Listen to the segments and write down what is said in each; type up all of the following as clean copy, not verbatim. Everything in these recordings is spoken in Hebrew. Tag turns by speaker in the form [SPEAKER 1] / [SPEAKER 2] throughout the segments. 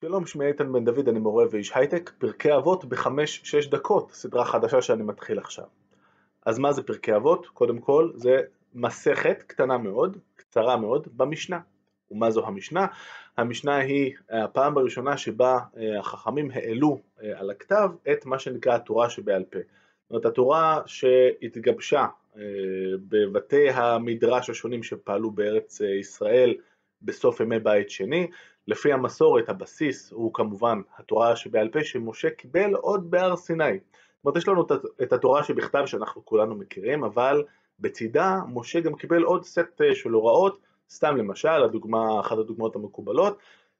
[SPEAKER 1] שלום, שמי איתן בן דוד, אני מורה ואיש הייטק, פרקי אבות ב5-6 דקות, סדרה חדשה שאני מתחיל עכשיו. אז מה זה פרקי אבות? קודם כל, זה מסכת קטנה מאוד, קצרה מאוד, במשנה. ומה זו המשנה? המשנה היא הפעם הראשונה שבה החכמים העלו על הכתב את מה שנקרא התורה שבעל פה. זאת אומרת, התורה שהתגבשה בבתי המדרש השונים שפעלו בארץ ישראל בסוף ימי בית שני. לפי המסורת, הבסיס הוא כמובן התורה שבעל פה שמשה קיבל עוד בהר סיני. זאת אומרת, יש לנו את התורה שבכתב שאנחנו כולנו מכירים, אבל בצידה משה גם קיבל עוד סט של הוראות. סתם למשל, אחת הדוגמאות המקובלות,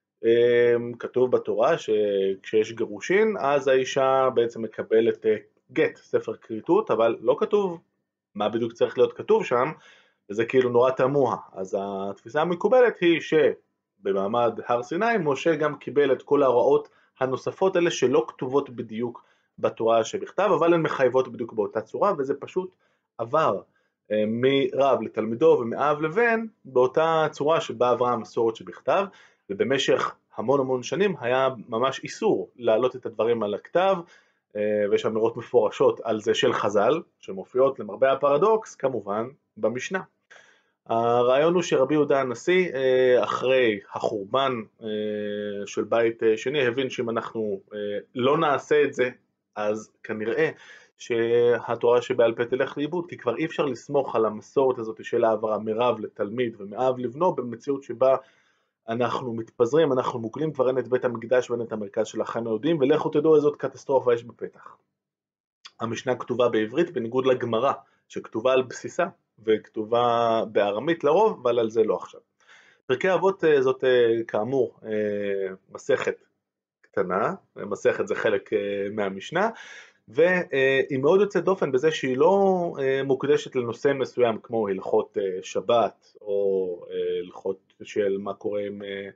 [SPEAKER 1] כתוב בתורה שכשיש גירושין, אז האישה בעצם מקבלת גט, ספר כריתות, אבל לא כתוב מה בדיוק צריך להיות כתוב שם, וזה כאילו נורא תמוה. אז התפיסה המקובלת היא שבמעמד הר סיני, משה גם קיבל את כל ההוראות הנוספות האלה שלא כתובות בדיוק בתורה שבכתב, אבל הן מחייבות בדיוק באותה צורה, וזה פשוט עבר מרב לתלמידו ומאב לבן באותה צורה שבה עברה המסורת שבכתב, ובמשך המון שנים היה ממש איסור להעלות את הדברים על הכתב, ויש אמירות מפורשות על זה של חז"ל, שמופיעות למרבה הפרדוקס כמובן במשנה. הרעיון הוא שרבי יהודה הנשיא אחרי החורבן של בית שני הבין שאם אנחנו לא נעשה את זה, אז כנראה שהתורה שבעל פה תלך לאיבוד, כי כבר אי אפשר לסמוך על המסורת הזאת של העברה מרב לתלמיד ומאב לבנו במציאות שבה אנחנו מתפזרים, אנחנו מוגלים, כבר אין את בית המקדש ואין את המרכז של החיים היהודים, ולכו תדעו איזו קטסטרופה יש בפתח. המשנה כתובה בעברית בניגוד לגמרא שכתובה על בסיסה וכתובה בארמית לרוב, אבל על זה לא עכשיו. פרקי אבות זאת כאמור מסכת קטנה, מסכת זה חלק מהמשנה, והיא מאוד יוצאת דופן בזה שהיא לא מוקדשת לנושא מסוים כמו הלכות שבת או הלכות של מה קורה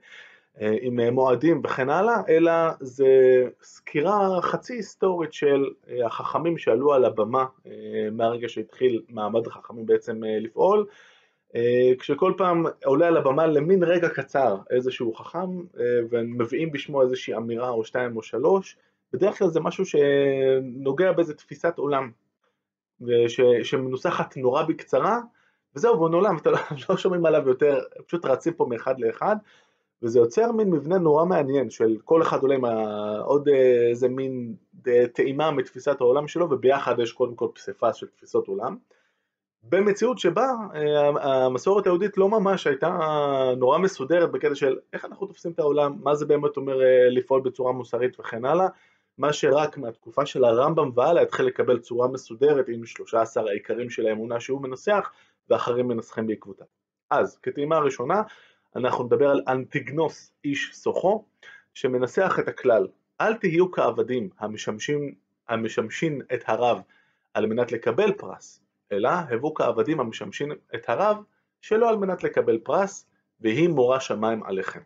[SPEAKER 1] עם מועדים וכן הלאה, אלא זה סקירה חצי היסטורית של החכמים שעלו על הבמה מהרגע שהתחיל מעמד החכמים בעצם לפעול, כשכל פעם עולה על הבמה למין רגע קצר איזשהו חכם ומביאים בשמו איזושהי אמירה או שתיים או שלוש, בדרך כלל זה משהו שנוגע באיזו תפיסת עולם שמנוסחת נורא בקצרה, וזהו, בוא נעולם, אתה לא שומעים עליו יותר, פשוט רצים פה מאחד לאחד, וזה יוצר מין מבנה נורא מעניין של כל אחד עולה עם עוד איזה מין טעימה מתפיסת העולם שלו, וביחד יש קודם כל פסיפס של תפיסות עולם, במציאות שבה המסורת היהודית לא ממש הייתה נורא מסודרת בקטע של איך אנחנו תופסים את העולם, מה זה באמת אומר לפעול בצורה מוסרית וכן הלאה, מה שרק מהתקופה של הרמב"ם והלאה התחיל לקבל צורה מסודרת עם 13 העיקרים של האמונה שהוא מנסח, ואחרים מנסחים בעקבותה. אז כטעימה הראשונה, אנחנו נדבר על אנטיגנוס איש סוחו, שמנסח את הכלל, אל תהיו כעבדים המשמשים את הרב על מנת לקבל פרס, אלא הבו כעבדים המשמשים את הרב שלא על מנת לקבל פרס, והיא מורה שמיים עליכם.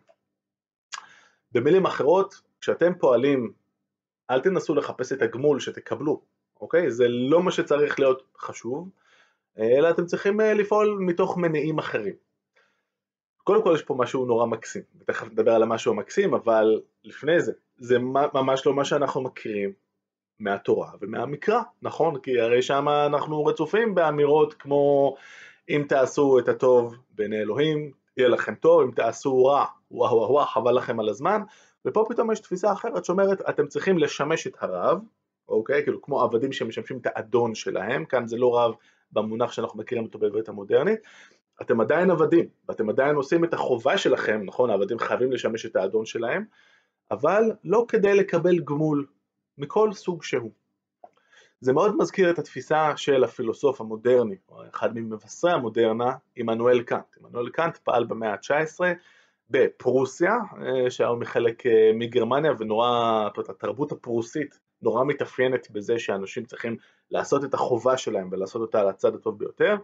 [SPEAKER 1] במילים אחרות, כשאתם פועלים, אל תנסו לחפש את הגמול שתקבלו, אוקיי? זה לא מה שצריך להיות חשוב, אלא אתם צריכים לפעול מתוך מניעים אחרים. קודם כל יש פה משהו נורא מקסים, ותכף נדבר על משהו מקסים, אבל לפני זה, זה ממש לא מה שאנחנו מכירים מהתורה ומהמקרא, נכון? כי הרי שם אנחנו רצופים באמירות כמו אם תעשו את הטוב בעיני אלוהים, יהיה לכם טוב, אם תעשו רע, וואו, חבל לכם על הזמן, ופה פתאום יש תפיסה אחרת שאומרת, אתם צריכים לשמש את הרב, אוקיי? כאילו כמו עבדים שמשמשים את האדון שלהם, כאן זה לא רב במונח שאנחנו מכירים אותו בעברית המודרנית, אתם עדיין עבדים, ואתם עדיין עושים את החובה שלכם, נכון? העבדים חייבים לשמש את האדון שלהם, אבל לא כדי לקבל גמול מכל סוג שהוא. זה מאוד מזכיר את התפיסה של הפילוסוף המודרני, או אחד ממבשרי המודרנה, עמנואל קאנט. עמנואל קאנט פעל במאה ה-19 בפרוסיה, שהיה מחלק מגרמניה, ונורא, התרבות הפרוסית נורא מתאפיינת בזה שאנשים צריכים לעשות את החובה שלהם, ולעשות אותה על הצד הטוב ביותר,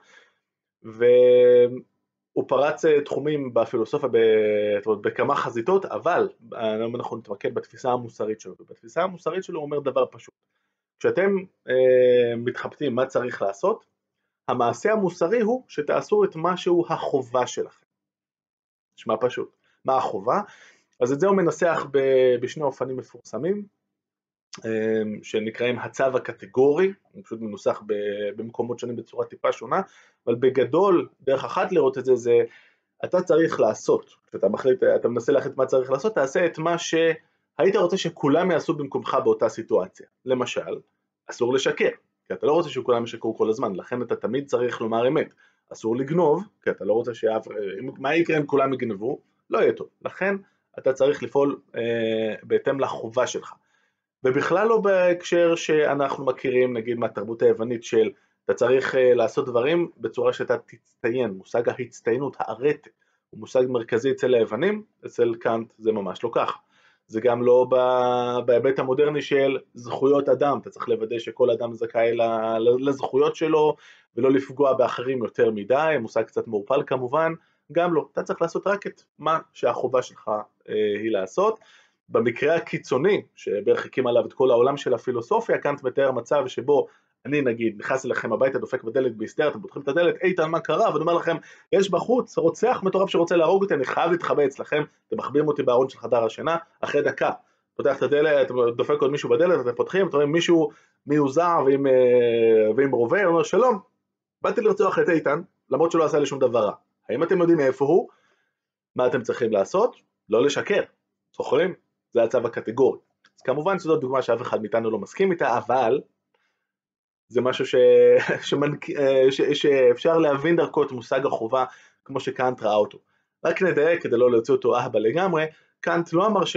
[SPEAKER 1] והוא פרץ תחומים בפילוסופיה בכמה חזיתות, אבל אנחנו נתמקד בתפיסה המוסרית שלו, ובתפיסה המוסרית שלו הוא אומר דבר פשוט, כשאתם מתחבטים מה צריך לעשות, המעשה המוסרי הוא שתעשו את משהו החובה שלכם. נשמע פשוט. מה החובה? אז את זה הוא מנסח בשני אופנים מפורסמים, שנקראים הצו הקטגורי, הוא פשוט מנוסח במקומות שונים בצורה טיפה שונה, אבל בגדול דרך אחת לראות את זה, זה אתה צריך לעשות, כשאתה מחליט, אתה מנסה להחליט מה צריך לעשות, תעשה את מה שהיית רוצה שכולם יעשו במקומך באותה סיטואציה. למשל, אסור לשקר, כי אתה לא רוצה שכולם ישקרו כל הזמן, לכן אתה תמיד צריך לומר אמת. אסור לגנוב, כי אתה לא רוצה מה יקרה אם כולם יגנבו? לא יהיה טוב. לכן אתה צריך לפעול בהתאם לחובה שלך. ובכלל לא בהקשר שאנחנו מכירים, נגיד מהתרבות היוונית של אתה צריך לעשות דברים בצורה שאתה תצטיין, מושג ההצטיינות, הארטה, הוא מושג מרכזי אצל היוונים, אצל קאנט זה ממש לא כך. זה גם לא בהיבט המודרני של זכויות אדם, אתה צריך לוודא שכל אדם זכאי לזכויות שלו, ולא לפגוע באחרים יותר מדי, מושג קצת מעורפל כמובן, גם לא, אתה צריך לעשות רק את מה שהחובה שלך היא לעשות. במקרה הקיצוני, שבערך הקים עליו את כל העולם של הפילוסופיה, קאנט מתאר מצב שבו אני נגיד נכנס אליכם הביתה, דופק בדלת בהסתר, אתם פותחים את הדלת, איתן מה קרה? ואני אומר לכם, יש בחוץ רוצח מטורף שרוצה להרוג אותי, אני חייב להתחבא אצלכם, אתם מחביאים אותי בארון של חדר השינה, אחרי דקה, פותח את הדלת, אתם דופק עוד מישהו בדלת, אתם פותחים, אתם רואים מישהו מיוזע ועם רובה, הוא אומר שלום, באתי לרצוח את איתן, למרות שלא עשה לי שום דבר רע. האם אתם יודעים איפה הוא? מה אתם צריכים לעשות? לא לשקר. זוכרים? זה הצו הקטגורי. אז כמובן שזאת דוגמה שאף אחד מאיתנו לא מסכים איתה, אבל זה משהו שאפשר להבין דרכו את מושג החובה כמו שקאנט ראה אותו. רק נדייק כדי לא להוציא אותו אהבה לגמרי, קאנט לא אמר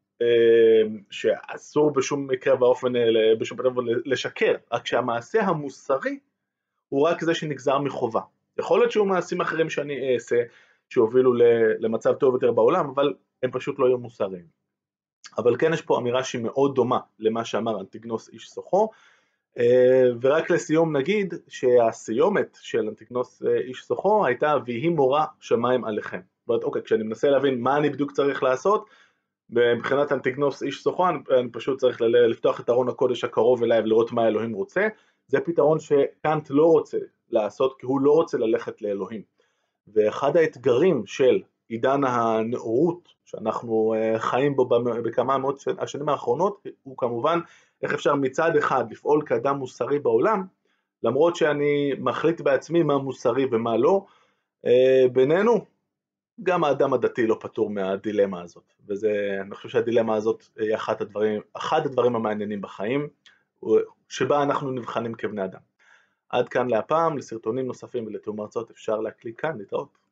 [SPEAKER 1] שאסור בשום מקרה ואופן בשום פנים לשקר, רק שהמעשה המוסרי הוא רק זה שנגזר מחובה. יכול להיות שהוא מעשים אחרים שאני אעשה שהובילו למצב טוב יותר בעולם, אבל הם פשוט לא יהיו מוסריים. אבל כן יש פה אמירה שהיא מאוד דומה למה שאמר אנטיגנוס איש סוכו, ורק לסיום נגיד שהסיומת של אנטיגנוס איש סוכו הייתה ויהי מורה שמיים עליכם. זאת אומרת, אוקיי, כשאני מנסה להבין מה אני בדיוק צריך לעשות, מבחינת אנטיגנוס איש סוכו אני פשוט צריך לפתוח את ארון הקודש הקרוב אליי ולראות מה אלוהים רוצה. זה פתרון שקאנט לא רוצה לעשות, כי הוא לא רוצה ללכת לאלוהים. ואחד האתגרים של עידן הנאורות שאנחנו חיים בו בכמה מאות השנים האחרונות, הוא כמובן איך אפשר מצד אחד לפעול כאדם מוסרי בעולם, למרות שאני מחליט בעצמי מה מוסרי ומה לא. בינינו, גם האדם הדתי לא פטור מהדילמה הזאת, אני חושב שהדילמה הזאת היא אחד הדברים המעניינים בחיים, שבה אנחנו נבחנים כבני אדם. עד כאן להפעם, לסרטונים נוספים ולתיאום הרצאות אפשר להקליק כאן, להתראות.